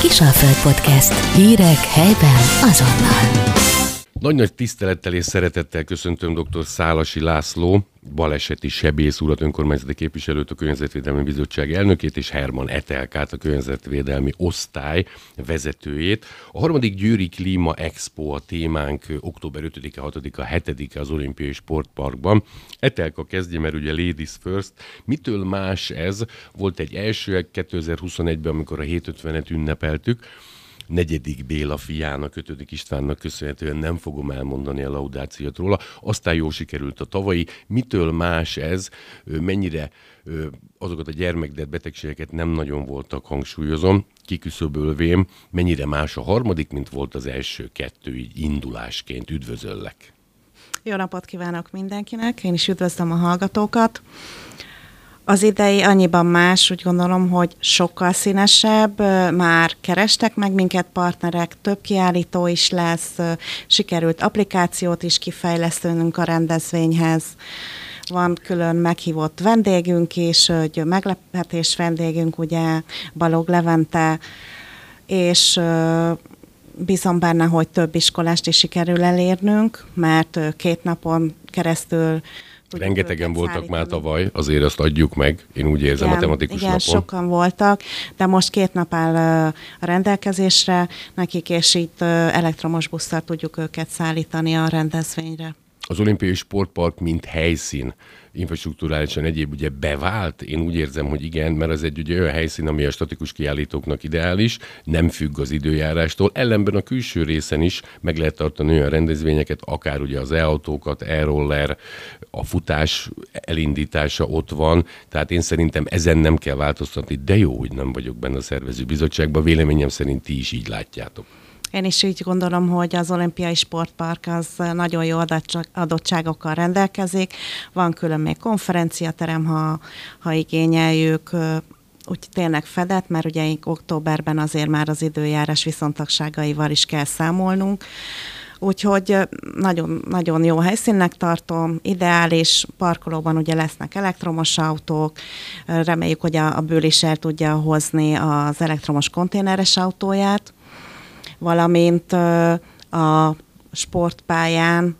Kisalföld Podcast. Hírek helyben azonnal. Nagy-nagy tisztelettel és szeretettel köszöntöm dr. Szálasi László, baleseti sebész urat, önkormányzati képviselőt, a Környezetvédelmi Bizottság elnökét, és Herman Etelkát, a Környezetvédelmi Osztály vezetőjét. A harmadik Győri Klíma Expo a témánk, október 5-e, 6-a, 7-e az Olimpiai Sportparkban. Etelka kezdje, mert ugye Ladies First. Mitől más ez? Volt egy első 2021-ben, amikor a 750-et ünnepeltük. Negyedik Béla fiának, 5. Istvánnak köszönhetően nem fogom elmondani a laudációt róla. Aztán jól sikerült a tavalyi. Mitől más ez? Mennyire azokat a gyermekded betegségeket nem nagyon voltak, hangsúlyozom, kiküszöbölvém. Mennyire más a harmadik, mint volt az első kettő, így indulásként. Üdvözöllek! Jó napot kívánok mindenkinek, én is üdvözlöm a hallgatókat. Az idei annyiban más, úgy gondolom, hogy sokkal színesebb, már kerestek meg minket partnerek, több kiállító is lesz, sikerült applikációt is kifejlesztőnünk a rendezvényhez. Van külön meghívott vendégünk is, egy meglepetés vendégünk, ugye Balog Levente, és bízom benne, hogy több iskolást is sikerül elérnünk, mert 2 napon keresztül rengetegen voltak már tavaly, azért azt adjuk meg, én úgy érzem, igen, a tematikus igen, napon. Sokan voltak, de most 2 nap áll a rendelkezésre nekik, és itt elektromos busszal tudjuk őket szállítani a rendezvényre. Az Olimpiai Sportpark mint helyszín, infrastrukturálisan egyéb ugye bevált? Én úgy érzem, hogy igen, mert ez egy ugye olyan helyszín, ami a statikus kiállítóknak ideális, nem függ az időjárástól. Ellenben a külső részen is meg lehet tartani olyan rendezvényeket, akár ugye az e-autókat, e-roller, a futás elindítása ott van, tehát én szerintem ezen nem kell változtatni, de jó, hogy nem vagyok benne a szervezőbizottságban, véleményem szerint ti is így látjátok. Én is így gondolom, hogy az Olimpiai Sportpark az nagyon jó adottságokkal rendelkezik. Van külön még konferenciaterem, ha igényeljük, úgy tényleg fedett, mert ugye októberben azért már az időjárás viszontagságaival is kell számolnunk. Úgyhogy nagyon, nagyon jó helyszínnek tartom, ideális, parkolóban ugye lesznek elektromos autók, reméljük, hogy a Ből is el tudja hozni az elektromos konténeres autóját, valamint a sportpályán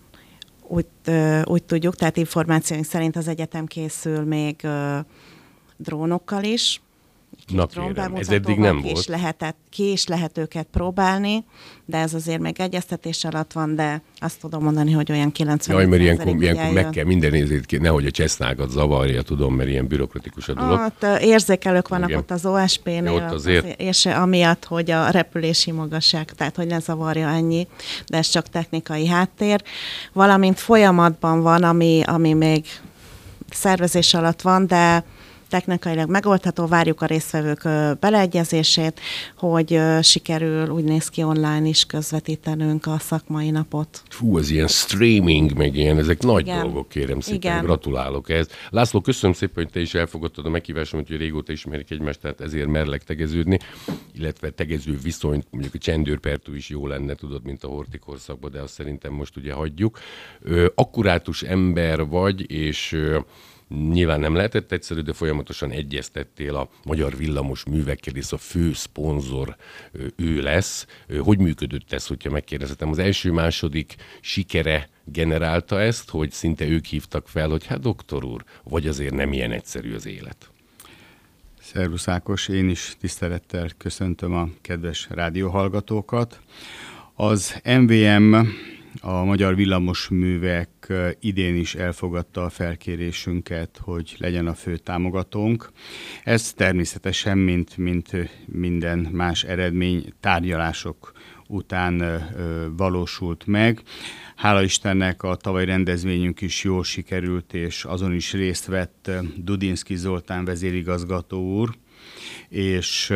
úgy tudjuk, tehát információink szerint az egyetem készül még drónokkal is. Na kérem, ez eddig nem volt. Ki is lehet őket próbálni, de ez azért még egyeztetés alatt van, de azt tudom mondani, hogy olyan 90%. Jaj, mert ilyenkor meg kell minden nézét, nehogy a csesznákat zavarja, tudom, mert ilyen bürokratikus a dolog. Érzékelők vannak igen. Ott az OSP-nél, és amiatt, hogy a repülési magasság, tehát hogy ne zavarja ennyi, de ez csak technikai háttér. Valamint folyamatban van, ami még szervezés alatt van, de technikailag megoldható, várjuk a résztvevők beleegyezését, hogy sikerül, úgy néz ki, online is közvetítenünk a szakmai napot. Fú, ez ilyen streaming, meg ilyen, ezek nagy dolgok, kérem szépen, igen. Gratulálok ehhez. László, köszönöm szépen, hogy te is elfogadtad a meghívásomat, hogy régóta ismerik egymást, tehát ezért merlek tegeződni, illetve tegező viszonyt, mondjuk a csendőrpertú is jó lenne, tudod, mint a horti korszakban, de azt szerintem most ugye hagyjuk. Akkurátus ember vagy, és nyilván nem lehetett egyszerű, de folyamatosan egyeztettél a Magyar Villamos Művekkel, és a fő szponzor ő lesz. Hogy működött ez, hogyha megkérdezhetem? Az első-második sikere generálta ezt, hogy szinte ők hívtak fel, hogy hát doktor úr, vagy azért nem ilyen egyszerű az élet? Szervusz Ákos, én is tisztelettel köszöntöm a kedves rádióhallgatókat. Az MVM, a Magyar Villamosművek idén is elfogadta a felkérésünket, hogy legyen a fő támogatónk. Ez természetesen, mint minden más eredmény, tárgyalások után valósult meg. Hála Istennek a tavalyi rendezvényünk is jól sikerült, és azon is részt vett Dudinszky Zoltán vezérigazgató úr, és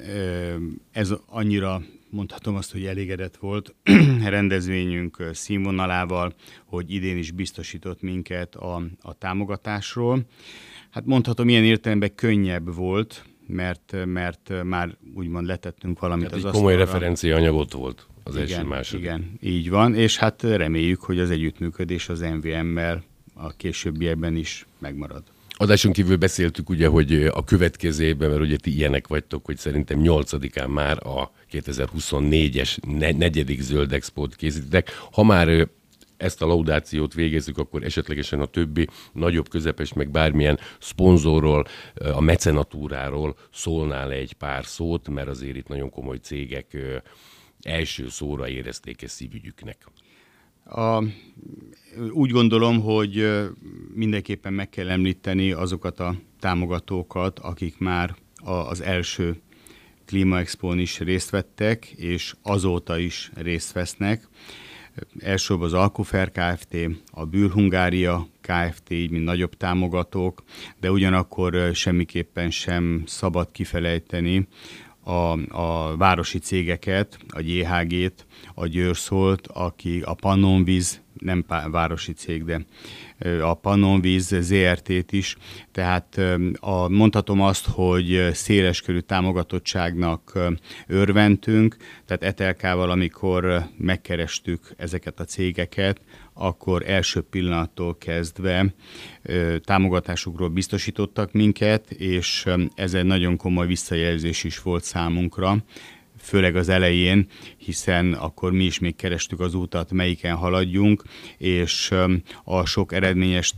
ez annyira, mondhatom azt, hogy elégedett volt rendezvényünk színvonalával, hogy idén is biztosított minket a támogatásról. Hát mondhatom, ilyen értelemben könnyebb volt, mert már úgymond letettünk valamit az asztalra. Komoly referenciaanyagot volt az első-második. Igen, így van, és hát reméljük, hogy az együttműködés az MVM-mel a későbbiekben is megmarad. Adáson kívül beszéltük ugye, hogy a következő évben, mert ugye ti ilyenek vagytok, hogy szerintem 8-án már a 2024-es negyedik Zöld Expót készítitek. Ha már ezt a laudációt végezzük, akkor esetlegesen a többi nagyobb, közepes, meg bármilyen szponzorról, a mecenatúráról szólnál egy pár szót, mert azért itt nagyon komoly cégek első szóra érezték ezt szívügyüknek. Úgy gondolom, hogy mindenképpen meg kell említeni azokat a támogatókat, akik már az első Klímaexpón is részt vettek, és azóta is részt vesznek. Elsőbb az Alkufer Kft., a Bűr-Hungária Kft., így mint nagyobb támogatók, de ugyanakkor semmiképpen sem szabad kifelejteni a városi cégeket, a JHG-t, a Győrszolt, aki a Pannonvíz, nem városi cég, de a Pannonvíz ZRT-t is. Tehát mondhatom azt, hogy széleskörű támogatottságnak örvendtünk, tehát Etelkával, amikor megkerestük ezeket a cégeket, akkor első pillanattól kezdve támogatásukról biztosítottak minket, és ez egy nagyon komoly visszajelzés is volt számunkra, főleg az elején, hiszen akkor mi is még kerestük az utat, melyiken haladjunk, és a sok eredményes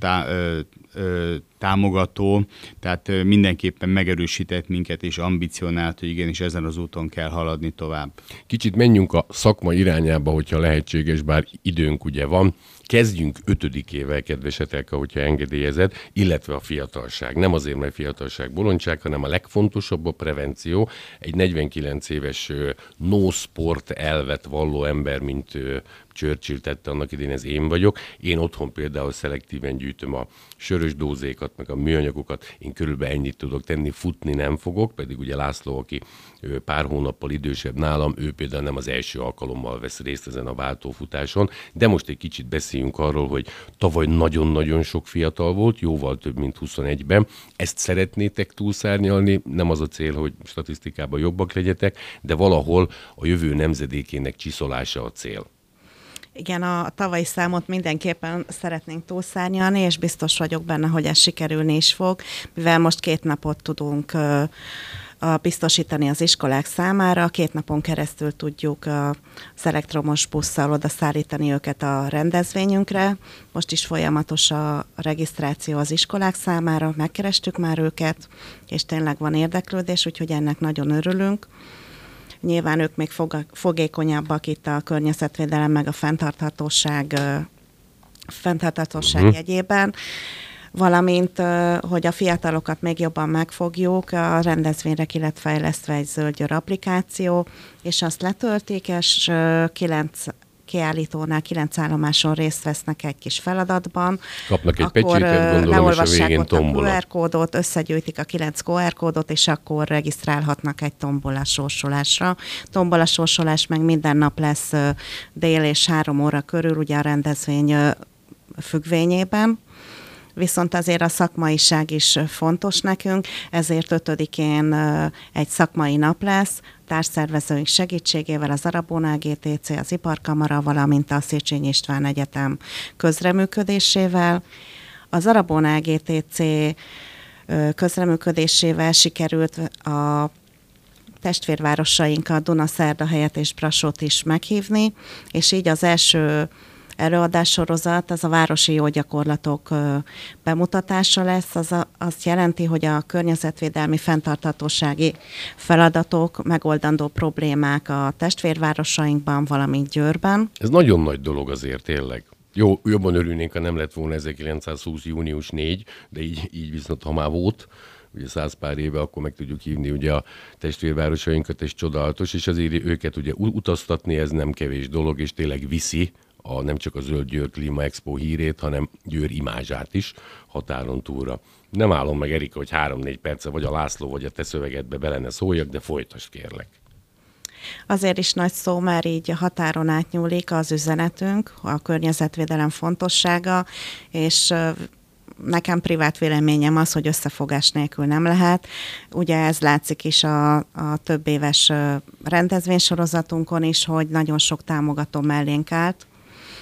támogató, tehát mindenképpen megerősített minket és ambicionált, hogy igenis ezen az úton kell haladni tovább. Kicsit menjünk a szakma irányába, hogyha lehetséges, bár időnk ugye van. Kezdjünk 5-ével, kedves Etelka, hogyha engedélyezed, illetve a fiatalság. Nem azért, mert fiatalság bolondság, hanem a legfontosabb a prevenció. Egy 49 éves no sport elvet valló ember, mint Churchill tette annak idén, ez én vagyok. Én otthon például szelektíven gyűjtöm a sörös dózékat, meg a műanyagokat. Én körülbelül ennyit tudok tenni, futni nem fogok, pedig ugye László, aki pár hónappal idősebb nálam, ő például nem az első alkalommal vesz részt ezen a váltófutáson, de most egy kicsit beszéljünk arról, hogy tavaly nagyon-nagyon sok fiatal volt, jóval több, mint 21-ben. Ezt szeretnétek túlszárnyalni, nem az a cél, hogy statisztikában jobbak legyetek, de valahol a jövő nemzedékének csiszolása a cél. Igen, a tavalyi számot mindenképpen szeretnénk túlszárnyalni, és biztos vagyok benne, hogy ez sikerülni is fog, mivel most 2 napot tudunk biztosítani az iskolák számára. 2 napon keresztül tudjuk az elektromos busszal oda szállítani őket a rendezvényünkre. Most is folyamatos a regisztráció az iskolák számára, megkerestük már őket, és tényleg van érdeklődés, úgyhogy ennek nagyon örülünk. Nyilván ők még fogékonyabbak itt a környezetvédelem meg a fenntarthatóság jegyében, valamint, hogy a fiatalokat még jobban megfogjuk, a rendezvényre ki lett fejlesztve egy Zöld applikáció, és azt letöltik, és 9 kiállítónál 9 állomáson részt vesznek egy kis feladatban. Kapnak egy pecsétet, gondolom, és a végén tombola. A QR kódot, összegyűjtik a 9 QR kódot, és akkor regisztrálhatnak egy tombola sorsolásra. Tombola sorsolás meg minden nap lesz dél és 3 óra körül, ugye a rendezvény függvényében. Viszont azért a szakmaiság is fontos nekünk, ezért 5-én egy szakmai nap lesz, társszervezőink segítségével, az Arabona GTC, az Iparkamara, valamint a Széchenyi István Egyetem közreműködésével. Az Arabona GTC közreműködésével sikerült a testvérvárosainkat, Dunaszerdahelyet és Brassót is meghívni, és így az első előadássorozat, az a városi jó gyakorlatok bemutatása lesz. Azt jelenti, hogy a környezetvédelmi fenntarthatósági feladatok, megoldandó problémák a testvérvárosainkban, valamint Győrben. Ez nagyon nagy dolog azért, tényleg. Jó, jobban örülnénk, ha nem lett volna 1920. június 4, de így viszont, ha már volt, ugye 100 pár éve, akkor meg tudjuk hívni ugye a testvérvárosainkat, és csodálatos, és azért őket ugye utaztatni, ez nem kevés dolog, és tényleg viszi nem csak a Zöld Győr Klíma Expo hírét, hanem Győr imázsát is határon túlra. Nem állom meg, Erika, hogy 3-4 perce vagy a László, vagy a te szövegedbe belenne szóljak, de folytasd, kérlek. Azért is nagy szó, mert így a határon átnyúlik az üzenetünk, a környezetvédelem fontossága, és nekem privát véleményem az, hogy összefogás nélkül nem lehet. Ugye ez látszik is a több éves rendezvénysorozatunkon is, hogy nagyon sok támogató mellénk állt,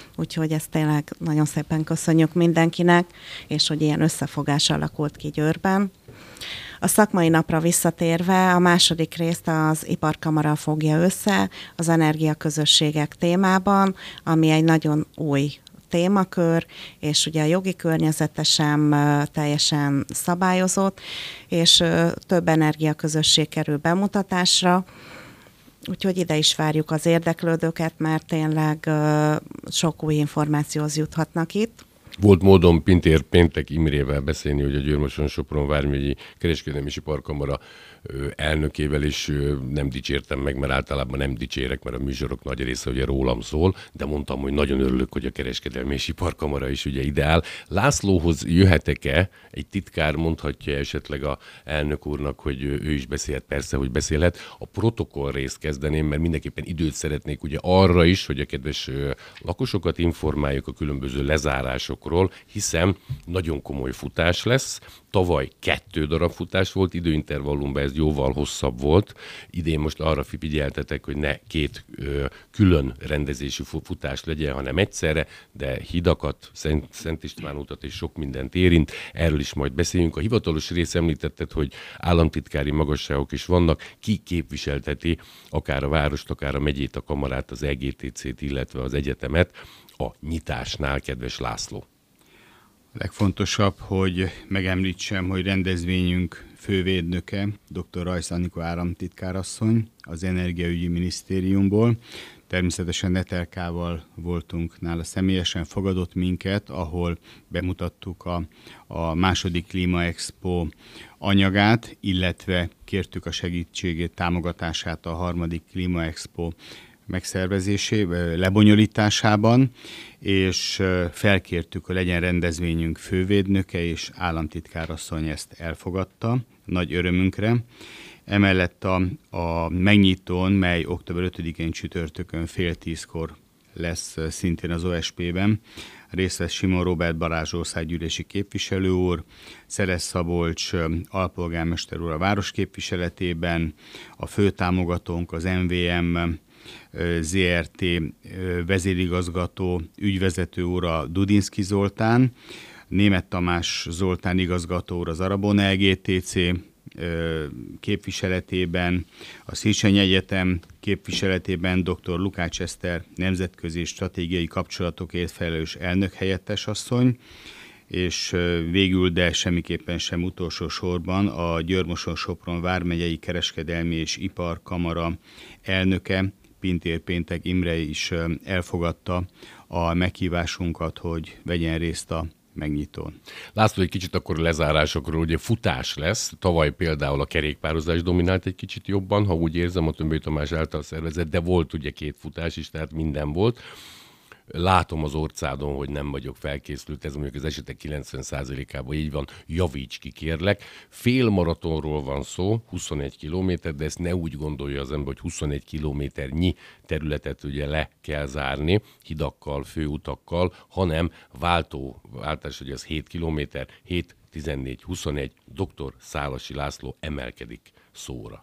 úgyhogy ezt tényleg nagyon szépen köszönjük mindenkinek, és hogy ilyen összefogás alakult ki Győrben. A szakmai napra visszatérve, a második részt az Iparkamara fogja össze az energiaközösségek témában, ami egy nagyon új témakör, és ugye a jogi környezete sem teljesen szabályozott, és több energiaközösség kerül bemutatásra, úgyhogy ide is várjuk az érdeklődőket, mert tényleg sok új információhoz juthatnak itt. Volt módon Pintér Péntek Imrével beszélni, hogy a Győr-Moson-Sopron vármegyi kereskedelmi és iparkamara elnökével is nem dicsértem meg, mert általában nem dicsérek, mert a műsorok nagy része ugye rólam szól, de mondtam, hogy nagyon örülök, hogy a kereskedelmi és iparkamara is ugye ideál. Lászlóhoz jöhetek-e? Egy titkár mondhatja esetleg a elnök úrnak, hogy ő is beszélhet, persze, hogy beszélhet. A protokoll részt kezdeném, mert mindenképpen időt szeretnék ugye arra is, hogy a kedves lakosokat informáljuk a különböző lezárásokról, hiszen nagyon komoly futás lesz. Tavaly 2 darab futás volt, időintervallumban ez jóval hosszabb volt. Idén most arra figyeltetek, hogy ne 2 külön rendezésű futás legyen, hanem egyszerre, de hidakat, Szent István utat és sok mindent érint. Erről is majd beszéljünk. A hivatalos rész említetted, hogy államtitkári magasságok is vannak. Ki képviselteti akár a várost, akár a megyét, a kamarát, az EGTC-t, illetve az egyetemet a nyitásnál, kedves László? A legfontosabb, hogy megemlítsem, hogy rendezvényünk fővédnöke, dr. Rajsz Anikó államtitkárasszony az Energiaügyi Minisztériumból. Természetesen Netelkával voltunk nála személyesen, fogadott minket, ahol bemutattuk a második Klíma Expo anyagát, illetve kértük a segítségét, támogatását a harmadik Klíma Expo megszervezésében, lebonyolításában, és felkértük, hogy legyen rendezvényünk fővédnöke, és államtitkárasszony ezt elfogadta, nagy örömünkre. Emellett a megnyitón, mely október 5-én csütörtökön fél 10-kor lesz szintén az OSP-ben, részt vesz Simon Róbert Balázs országgyűlési képviselő úr, Szeresz Szabolcs alpolgármester úr a város képviseletében, a főtámogatónk az MVM ZRT vezérigazgató, ügyvezető úr a Dudinszki Zoltán, Németh Tamás Zoltán igazgató úr az Arabona EGTC képviseletében, a Széchenyi Egyetem képviseletében dr. Lukács Eszter nemzetközi stratégiai kapcsolatokért felelős elnökhelyettes asszony, és végül, de semmiképpen sem utolsó sorban a Győr-Moson-Sopron vármegyei kereskedelmi és iparkamara elnöke, Pintér Péntek Imre is elfogadta a meghívásunkat, hogy vegyen részt a megnyitón. László, egy kicsit akkor lezárásokról, ugye futás lesz. Tavaly például a kerékpározás dominált egy kicsit jobban, ha úgy érzem, a Tömböly Tamás által szervezett, de volt ugye 2 futás is, tehát minden volt. Látom az orcádon, hogy nem vagyok felkészült, ez mondjuk az esetek 90%-ában így van, javíts ki kérlek. Félmaratonról van szó, 21 kilométer, de ezt ne úgy gondolja az ember, hogy 21 kilométernyi területet ugye le kell zárni, hidakkal, főutakkal, hanem váltás, hogy ez 7 kilométer, 7, 14, 21, dr. Szálasi László emelkedik szóra.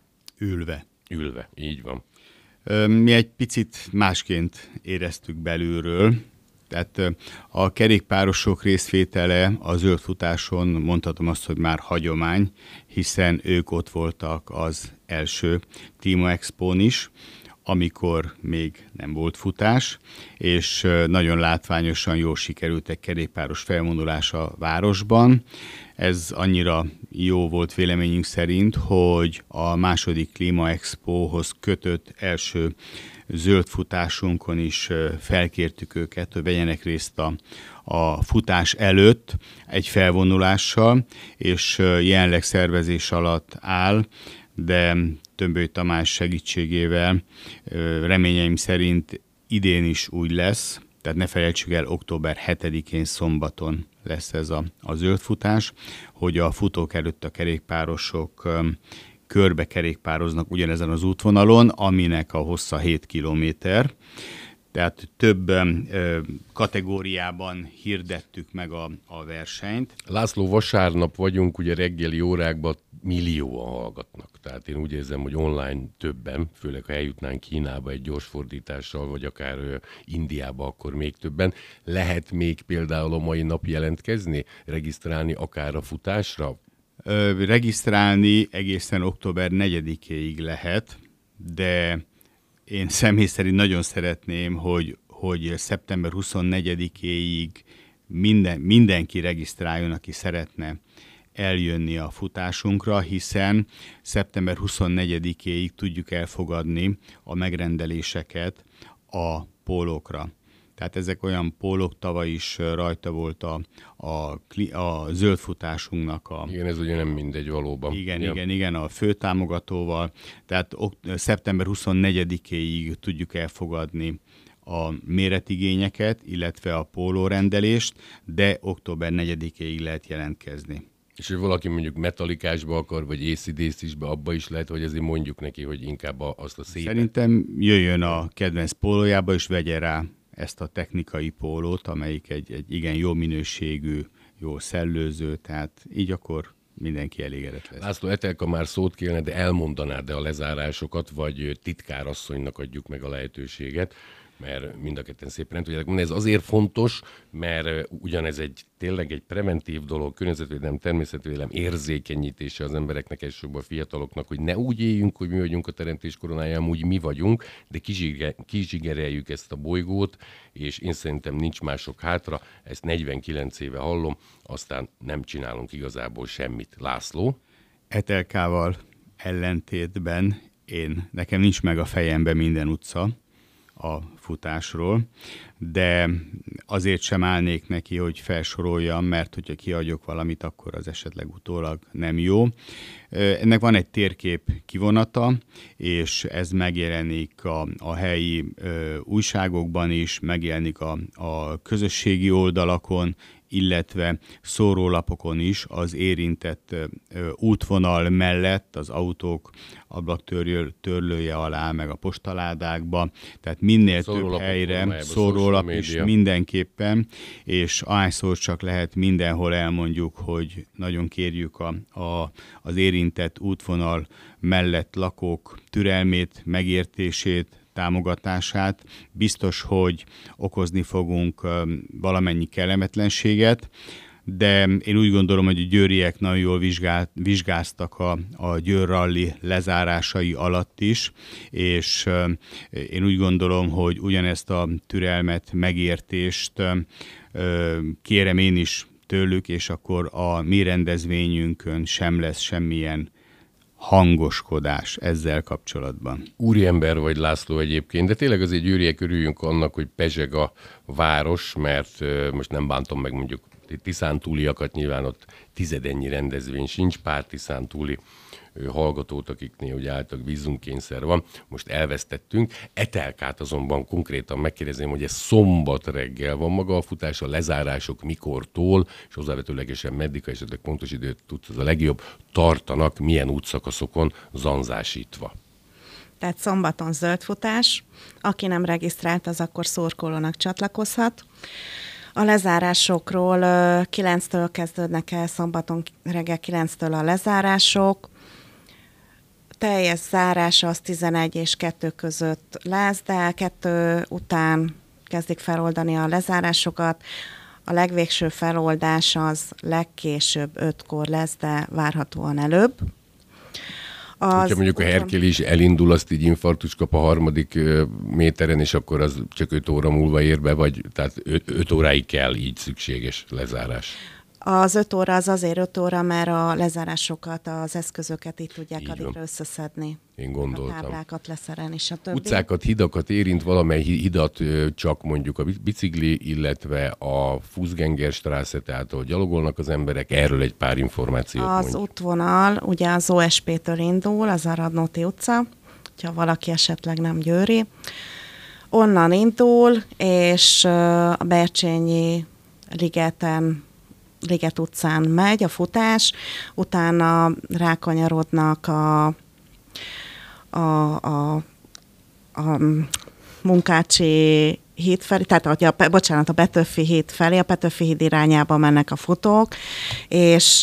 Ülve, így van. Mi egy picit másként éreztük belülről, tehát a kerékpárosok részvétele a zöld futáson, mondhatom azt, hogy már hagyomány, hiszen ők ott voltak az első Klíma Expón is, amikor még nem volt futás, és nagyon látványosan jól sikerült egy kerékpáros felvonulás a városban. Ez annyira jó volt véleményünk szerint, hogy a második Klíma Expóhoz kötött első zöld futásunkon is felkértük őket, hogy vegyenek részt a futás előtt egy felvonulással, és jelenleg szervezés alatt áll, de Tömböly Tamás segítségével reményeim szerint idén is úgy lesz, tehát ne felejtsük el, október 7-én szombaton lesz ez a zöld futás, hogy a futók előtt a kerékpárosok körbe kerékpároznak ugyanezen az útvonalon, aminek a hossza 7 kilométer. Tehát több kategóriában hirdettük meg a versenyt. László, vasárnap vagyunk, ugye reggeli órákban millióan hallgatnak. Tehát én úgy érzem, hogy online többen, főleg ha eljutnánk Kínába egy gyors fordítással, vagy akár Indiába, akkor még többen. Lehet még például a mai nap jelentkezni, regisztrálni akár a futásra? Regisztrálni egészen október 4-éig lehet, de én személy szerint nagyon szeretném, hogy szeptember 24-éig mindenki regisztráljon, aki szeretne eljönni a futásunkra, hiszen szeptember 24-éig tudjuk elfogadni a megrendeléseket a pólókra. Tehát ezek olyan pólók, tavaly is rajta volt a zöld futásunknak Igen, ez ugye nem mindegy valóban. Igen, a főtámogatóval. Tehát szeptember 24-éig tudjuk elfogadni a méretigényeket, illetve a pólórendelést, de október 4-éig lehet jelentkezni. És hogy valaki mondjuk Metallicásba akar, vagy AC/DC-be, abba is lehet, hogy ezért mondjuk neki, hogy inkább azt a szépet. Szerintem jöjjön a kedvenc pólójába, és vegye rá ezt a technikai pólót, amelyik egy igen jó minőségű, jó szellőző, tehát így akkor mindenki elégedett lesz. László, Etelka, már szót kérne, de elmondanád a lezárásokat, vagy titkárasszonynak adjuk meg a lehetőséget, mert mind a ketten szépen nem tudjátok mondani. Ez azért fontos, mert ugyanez tényleg egy preventív dolog, környezetvédelem, természetvédelem érzékenyítése az embereknek, elsősorban a fiataloknak, hogy ne úgy éljünk, hogy mi vagyunk a teremtés koronája, úgy mi vagyunk, de kizsigereljük ezt a bolygót, és én szerintem nincs mások hátra, ezt 49 éve hallom, aztán nem csinálunk igazából semmit. László? Etelkával ellentétben nekem nincs meg a fejemben minden utca a futásról, de azért sem állnék neki, hogy felsoroljam, mert hogyha kiadjuk valamit, akkor az esetleg utólag nem jó. Ennek van egy térkép kivonata, és ez megjelenik a helyi újságokban is, megjelenik a közösségi oldalakon, illetve szórólapokon is az érintett útvonal mellett az autók ablaktörlője alá, meg a postaládákba, tehát minél több helyre szórólap is mindenképpen, és ahányszor csak lehet mindenhol elmondjuk, hogy nagyon kérjük az érintett útvonal mellett lakók türelmét, megértését, támogatását. Biztos, hogy okozni fogunk valamennyi kellemetlenséget, de én úgy gondolom, hogy a győriek nagyon jól vizsgáztak a Győr Rally lezárásai alatt is, és én úgy gondolom, hogy ugyanezt a türelmet, megértést kérem én is tőlük, és akkor a mi rendezvényünkön sem lesz semmilyen hangoskodás ezzel kapcsolatban. Úriember vagy, László, egyébként, de tényleg azért győriek örüljünk annak, hogy pezseg a város, mert most nem bántom meg mondjuk tiszántúliakat, nyilván ott tizedennyi rendezvény sincs, pár tiszántúli hallgatót, akiknél ugye álltak vízumkényszer van, most elvesztettünk. Etelkát azonban konkrétan megkérdezném, hogy ez szombat reggel van maga a futás, a lezárások mikortól, és hozzávetőlegesen meddig, ha esetleg pontos időt tudsz, az a legjobb, tartanak, milyen útszakaszokon zanzásítva. Tehát szombaton zöld futás, aki nem regisztrált, az akkor szurkolónak csatlakozhat. A lezárásokról 9-től kezdődnek el, szombaton reggel 9-től a lezárások. Teljes zárás az 11 és 2 között lesz, de 2 után kezdik feloldani a lezárásokat. A legvégső feloldás az legkésőbb 5-kor lesz, de várhatóan előbb. Hogyha mondjuk a Herkéli is elindul, azt így infarktus kap a harmadik méteren, és akkor az csak 5 óra múlva ér be, vagy tehát 5 óráig kell így szükséges lezárás. Az 5 óra az azért 5 óra, mert a lezárásokat, az eszközöket így tudják így addigra összeszedni. Én gondoltam. A táblákat leszerelni, stb. Utcákat, hidakat érint, valamely hidat csak mondjuk a bicikli, illetve a Fußgängerstraße, tehát ahol gyalogolnak az emberek, erről egy pár információt Az mondjuk. útvonal ugye az OSP-től indul, az a Radnóti utca, ha valaki esetleg nem győri. Onnan indul, és a Bercsényi Liget utcán megy a futás, utána rákanyarodnak a Munkácsi híd felé, tehát a Petőfi híd felé, a Petőfi híd irányába mennek a futók, és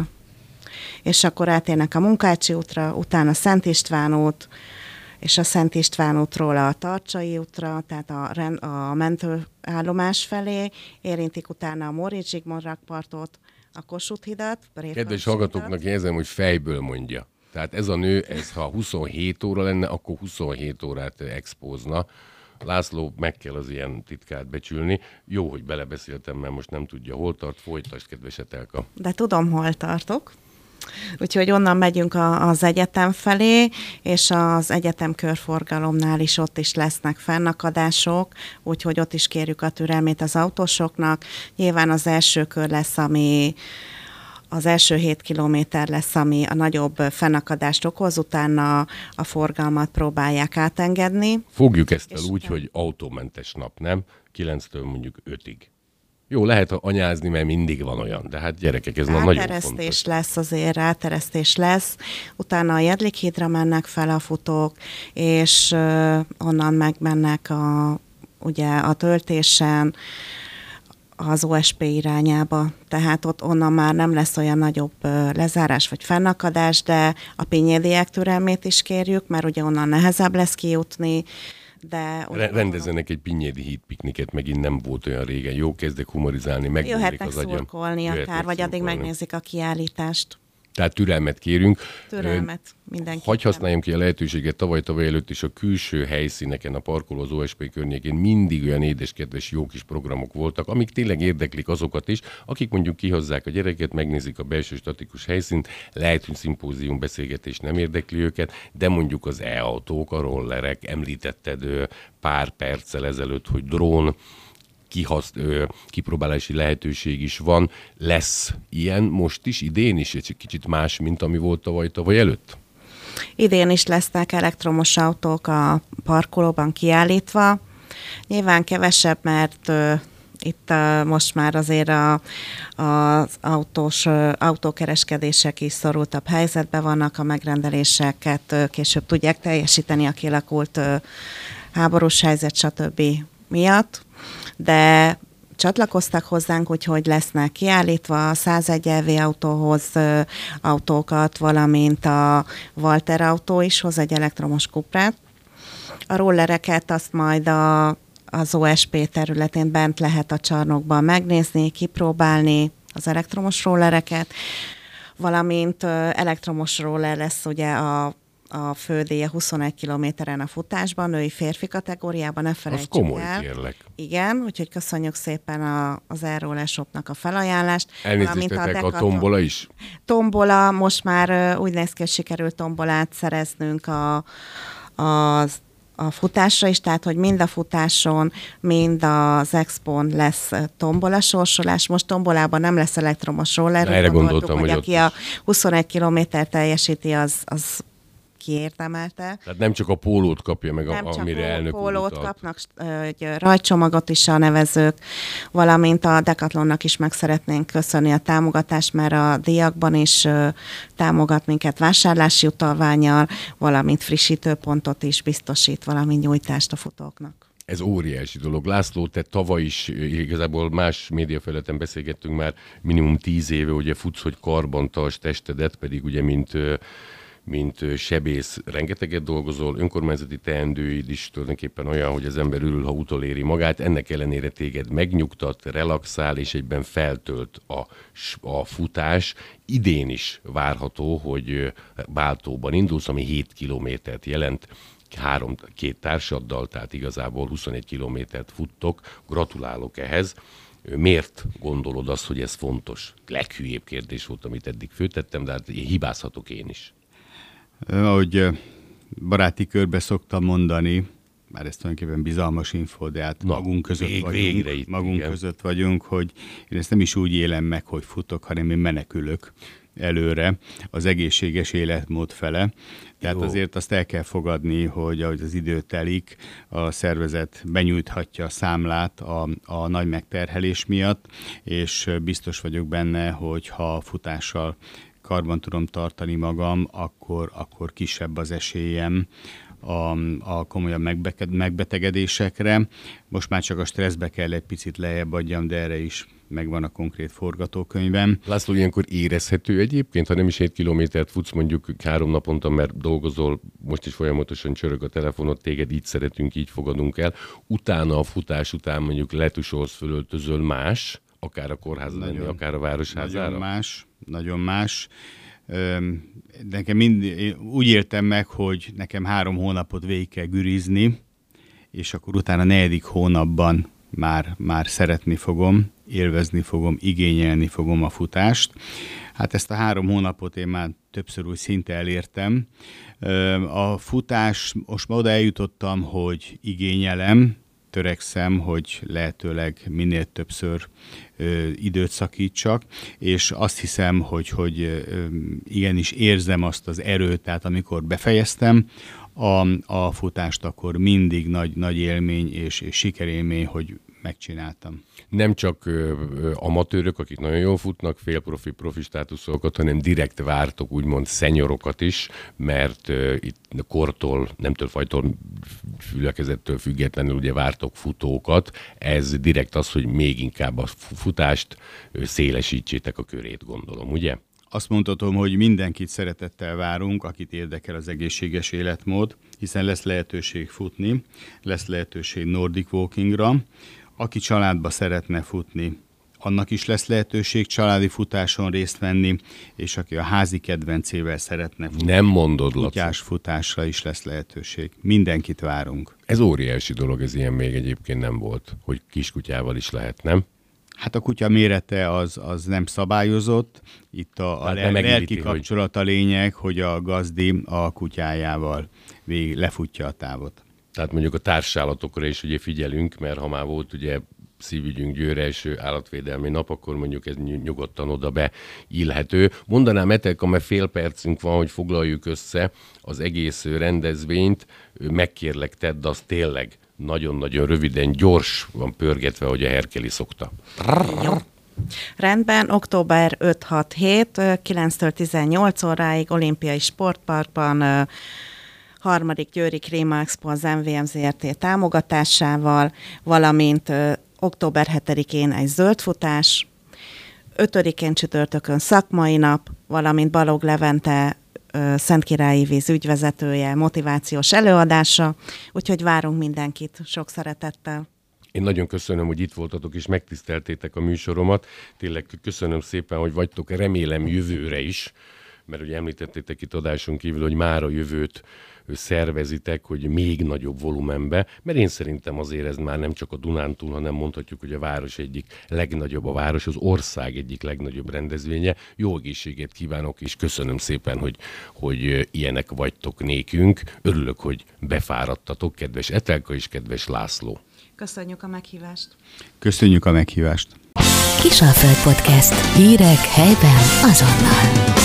akkor átérnek a Munkácsi útra, utána Szent István út, és a Szent István útról a Tarcsai útra, tehát a mentőállomás felé, érintik utána a Móricz Zsigmond rakpartot, a Kossuth hidat. Kedves hallgatóknak jelzem, hogy fejből mondja. Tehát ez a nő, ha 27 óra lenne, akkor 27 órát expózna. László, meg kell az ilyen titkát becsülni. Jó, hogy belebeszéltem, mert most nem tudja, hol tart. Folytasd, kedves Etelka. De tudom, hol tartok. Úgyhogy onnan megyünk az egyetem felé, és az egyetem körforgalomnál is ott is lesznek fennakadások, úgyhogy ott is kérjük a türelmét az autósoknak. Nyilván az első kör lesz, az első 7 kilométer lesz, ami a nagyobb fennakadást okoz, utána a forgalmat próbálják átengedni. Fogjuk ezt el úgy, hogy autómentes nap, nem? 9-től mondjuk 5-ig. Jó, lehet anyázni, mert mindig van olyan, de hát gyerekek, ez nagyon fontos. Ráteresztés lesz, utána a Jedlik hídra mennek fel a futók, és onnan megmennek ugye a töltésen az OSP irányába, tehát ott onnan már nem lesz olyan nagyobb lezárás vagy fennakadás, de a pinnyédiek türelmét is kérjük, mert ugye onnan nehezebb lesz kijutni, de... Rendezzenek egy Pinnyédi híd pikniket, megint nem volt olyan régen. Jó, kezdek humorizálni, megmondják az agyam. Szurkolni akár, vagy addig megnézik a kiállítást. Tehát türelmet kérünk. Türelmet mindenki. Hagy használjam ki a lehetőséget, tavaly előtt is a külső helyszíneken, a parkoló az OSP környékén mindig olyan édeskedves jó kis programok voltak, amik tényleg érdeklik azokat is, akik mondjuk kihozzák a gyereket, megnézik a belső statikus helyszínt, lehet, hogy szimpózium beszélgetés nem érdekli őket, de mondjuk az e-autók, a rollerek, említetted pár perccel ezelőtt, hogy drón, kipróbálási lehetőség is van. Lesz ilyen most is, idén is, egy kicsit más, mint ami volt tavaly előtt? Idén is lesznek elektromos autók a parkolóban kiállítva. Nyilván kevesebb, mert itt most már azért az autókereskedések is szorultabb helyzetben vannak, a megrendeléseket később tudják teljesíteni a kialakult háborús helyzet, stb. Miatt, de csatlakoztak hozzánk, úgyhogy lesznek kiállítva a 101 LV autóhoz autókat, valamint a Walter autó is hoz egy elektromos Cuprát. A rollereket azt majd az OSP területén bent lehet a csarnokban megnézni, kipróbálni az elektromos rollereket, valamint elektromos roller lesz ugye a fődíja 21 kilométeren a futásban, női férfi kategóriában, ne felejtsük el. Az komoly, kérlek. Igen, úgyhogy köszönjük szépen az Air Shopnak a felajánlást. Elnézést, a tombola is? Tombola, most már úgy néz ki, hogy sikerült tombolát szereznünk a futásra is, tehát hogy mind a futáson, mind az expon lesz tombola sorsolás. Most tombolában nem lesz elektromos roller. Erre gondoltam, hogy aki a 21 kilométer teljesíti, az kiérdemelte. Tehát nem csak a pólót kapja meg, amire elnök úr pólót kapnak, rajcsomagot is a nevezők, valamint a Decathlonnak is meg szeretnénk köszönni a támogatást, mert a díjakban is támogat minket vásárlási utalvánnyal, valamint frissítőpontot is biztosít, valamint nyújtást a futóknak. Ez óriási dolog. László, te tavaly is igazából más médiafelületen beszélgettünk már minimum 10 éve, ugye futsz, hogy karban tartsd testedet, pedig ugye mint sebész rengeteget dolgozol, önkormányzati teendőid is tulajdonképpen olyan, hogy az ember örül, ha utoléri magát, ennek ellenére téged megnyugtat, relaxál, és egyben feltölt a futás. Idén is várható, hogy Báltóban indulsz, ami 7 kilométert jelent, két társaddal, tehát igazából 21 kilométert futtok. Gratulálok ehhez. Miért gondolod azt, hogy ez fontos? Leghülyébb kérdés volt, amit eddig föltettem, de hát hibázhatok én is. Ahogy baráti körbe szoktam mondani, már ez tulajdonképpen bizalmas info, de hát magunk között vagyunk, hogy én ezt nem is úgy élem meg, hogy futok, hanem én menekülök előre az egészséges életmód fele. Tehát azért azt el kell fogadni, hogy ahogy az idő telik, a szervezet benyújthatja a számlát a nagy megterhelés miatt, és biztos vagyok benne, hogy ha futással karban tudom tartani magam, akkor kisebb az esélyem a komolyabb megbetegedésekre. Most már csak a stresszbe kell egy picit lejjebb adjam, de erre is megvan a konkrét forgatókönyvem. László, ilyenkor érezhető egyébként, ha nem is 7 kilométert futsz mondjuk 3 naponta, mert dolgozol, most is folyamatosan csörög a telefonod, téged így szeretünk, így fogadunk el. Utána a futás után mondjuk letusolsz, fölöltözöl más, akár a kórházba menni, akár a városházára? Nagyon más. Nekem úgy éltem meg, hogy nekem 3 hónapot végig kell gürizni, és akkor utána 4. hónapban már szeretni fogom, élvezni fogom, igényelni fogom a futást. Hát ezt a 3 hónapot én már többször úgy szinte elértem. A futás, most már oda eljutottam, hogy igényelem, törekszem, hogy lehetőleg minél többször időt szakítsak, és azt hiszem, hogy igenis érzem azt az erőt, tehát amikor befejeztem a futást, akkor mindig nagy élmény és sikerélmény, hogy megcsináltam. Nem csak amatőrök, akik nagyon jól futnak, félprofi, profi státuszokat, hanem direkt vártok úgymond szenyorokat is, mert itt kortól, nemtől fajtól, füllekezettől függetlenül ugye vártok futókat. Ez direkt az, hogy még inkább a futást szélesítsétek a körét, gondolom, ugye? Azt mondhatom, hogy mindenkit szeretettel várunk, akit érdekel az egészséges életmód, hiszen lesz lehetőség futni, lesz lehetőség Nordic Walkingra. Aki családba szeretne futni, annak is lesz lehetőség családi futáson részt venni, és aki a házi kedvencével szeretne futni, nem mondod, kutyás futásra is lesz lehetőség. Mindenkit várunk. Ez óriási dolog, ez ilyen még egyébként nem volt, hogy kiskutyával is lehet, nem? Hát a kutya mérete az nem szabályozott. Itt a lelki kapcsolat a lényeg, hogy a gazdi a kutyájával végig lefutja a távot. Tehát mondjuk a társállatokra is ugye figyelünk, mert ha már volt ugye szívügyünk Győr első állatvédelmi nap, akkor mondjuk ez nyugodtan oda beillhető. Mondanám, Etelka, mert fél percünk van, hogy foglaljuk össze az egész rendezvényt. Megkérlek, tedd azt tényleg nagyon-nagyon röviden, gyors van pörgetve, hogy a Herkeli szokta. Jó. Rendben, október 5-6-7, 9-től 18 óráig Olimpiai Sportparkban, 3. Győri Klíma Expo az MVM Zrt. Támogatásával, valamint október 7-én egy zöldfutás, 5-én csütörtökön szakmai nap, valamint Balogh Levente Szentkirályi Víz ügyvezetője motivációs előadása, úgyhogy várunk mindenkit sok szeretettel. Én nagyon köszönöm, hogy itt voltatok és megtiszteltétek a műsoromat. Tényleg köszönöm szépen, hogy vagytok, remélem jövőre is, mert ugye említettétek itt adáson kívül, hogy már a jövőt szervezitek, hogy még nagyobb volumenbe, mert én szerintem azért ez már nem csak a Dunántúl, hanem mondhatjuk, hogy a város egyik legnagyobb, a város az ország egyik legnagyobb rendezvénye. Jó egészséget kívánok, és köszönöm szépen, hogy ilyenek vagytok nékünk. Örülök, hogy befáradtatok, kedves Etelka és kedves László. Köszönjük a meghívást. Köszönjük a meghívást. Kisalföld Podcast. Hírek helyben azonnal.